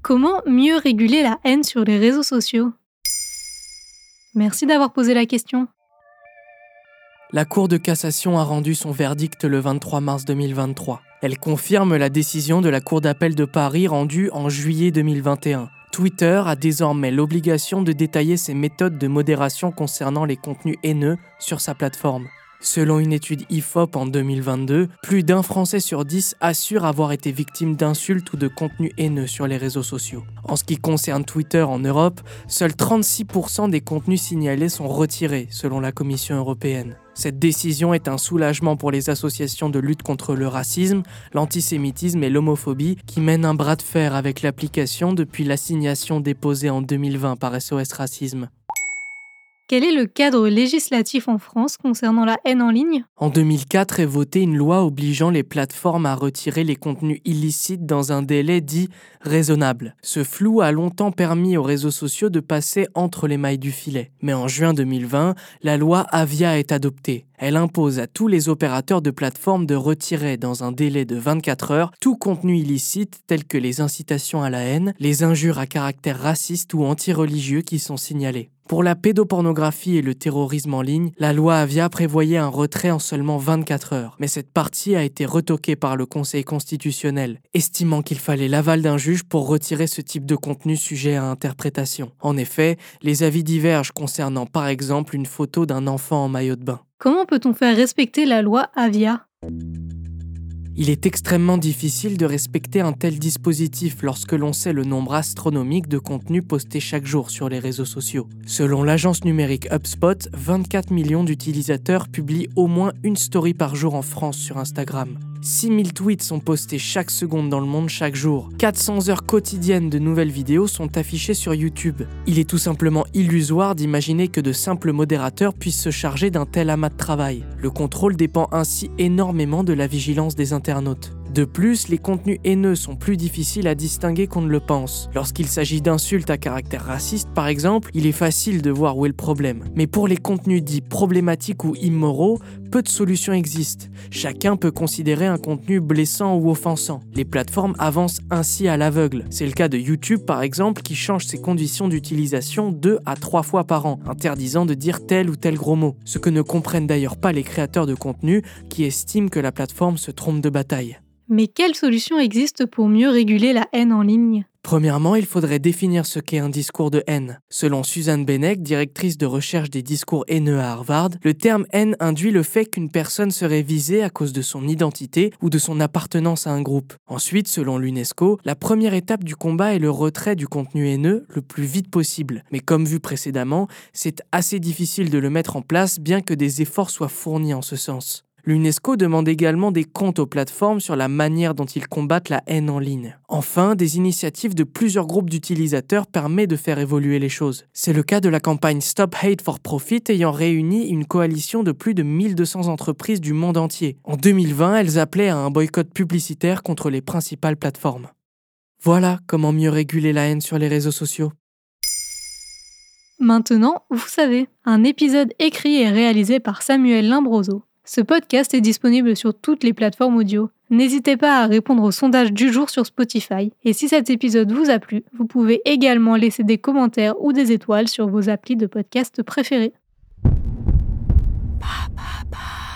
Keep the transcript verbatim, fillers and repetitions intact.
Comment mieux réguler la haine sur les réseaux sociaux ? Merci d'avoir posé la question. La Cour de cassation a rendu son verdict le vingt-trois mars deux mille vingt-trois. Elle confirme la décision de la Cour d'appel de Paris rendue en juillet deux mille vingt et un. Twitter a désormais l'obligation de détailler ses méthodes de modération concernant les contenus haineux sur sa plateforme. Selon une étude I F O P en deux mille vingt-deux, plus d'un Français sur dix assure avoir été victime d'insultes ou de contenus haineux sur les réseaux sociaux. En ce qui concerne Twitter en Europe, seuls trente-six pour cent des contenus signalés sont retirés, selon la Commission européenne. Cette décision est un soulagement pour les associations de lutte contre le racisme, l'antisémitisme et l'homophobie qui mènent un bras de fer avec l'application depuis l'assignation déposée en deux mille vingt par S O S Racisme. Quel est le cadre législatif en France concernant la haine en ligne ? En deux mille quatre est votée une loi obligeant les plateformes à retirer les contenus illicites dans un délai dit raisonnable. Ce flou a longtemps permis aux réseaux sociaux de passer entre les mailles du filet. Mais en juin deux mille vingt, la loi Avia est adoptée. Elle impose à tous les opérateurs de plateformes de retirer dans un délai de vingt-quatre heures tout contenu illicite tel que les incitations à la haine, les injures à caractère raciste ou anti-religieux qui sont signalés. Pour la pédopornographie et le terrorisme en ligne, la loi Avia prévoyait un retrait en seulement vingt-quatre heures. Mais cette partie a été retoquée par le Conseil constitutionnel, estimant qu'il fallait l'aval d'un juge pour retirer ce type de contenu sujet à interprétation. En effet, les avis divergent concernant par exemple une photo d'un enfant en maillot de bain. Comment peut-on faire respecter la loi Avia ? Il est extrêmement difficile de respecter un tel dispositif lorsque l'on sait le nombre astronomique de contenus postés chaque jour sur les réseaux sociaux. Selon l'agence numérique HubSpot, vingt-quatre millions d'utilisateurs publient au moins une story par jour en France sur Instagram. six mille tweets sont postés chaque seconde dans le monde chaque jour. quatre cents heures quotidiennes de nouvelles vidéos sont affichées sur YouTube. Il est tout simplement illusoire d'imaginer que de simples modérateurs puissent se charger d'un tel amas de travail. Le contrôle dépend ainsi énormément de la vigilance des internautes. De plus, les contenus haineux sont plus difficiles à distinguer qu'on ne le pense. Lorsqu'il s'agit d'insultes à caractère raciste, par exemple, il est facile de voir où est le problème. Mais pour les contenus dits problématiques ou immoraux, peu de solutions existent. Chacun peut considérer un contenu blessant ou offensant. Les plateformes avancent ainsi à l'aveugle. C'est le cas de YouTube, par exemple, qui change ses conditions d'utilisation deux à trois fois par an, interdisant de dire tel ou tel gros mot. Ce que ne comprennent d'ailleurs pas les créateurs de contenu, qui estiment que la plateforme se trompe de bataille. Mais quelles solutions existent pour mieux réguler la haine en ligne ? Premièrement, il faudrait définir ce qu'est un discours de haine. Selon Suzanne Bennett, directrice de recherche des discours haineux à Harvard, le terme haine induit le fait qu'une personne serait visée à cause de son identité ou de son appartenance à un groupe. Ensuite, selon l'UNESCO, la première étape du combat est le retrait du contenu haineux le plus vite possible. Mais comme vu précédemment, c'est assez difficile de le mettre en place bien que des efforts soient fournis en ce sens. L'UNESCO demande également des comptes aux plateformes sur la manière dont ils combattent la haine en ligne. Enfin, des initiatives de plusieurs groupes d'utilisateurs permettent de faire évoluer les choses. C'est le cas de la campagne Stop Hate for Profit ayant réuni une coalition de plus de mille deux cents entreprises du monde entier. En deux mille vingt, elles appelaient à un boycott publicitaire contre les principales plateformes. Voilà comment mieux réguler la haine sur les réseaux sociaux. Maintenant, vous savez, un épisode écrit et réalisé par Samuel Limbroso. Ce podcast est disponible sur toutes les plateformes audio. N'hésitez pas à répondre au sondage du jour sur Spotify. Et si cet épisode vous a plu, vous pouvez également laisser des commentaires ou des étoiles sur vos applis de podcast préférés. Pa, pa, pa.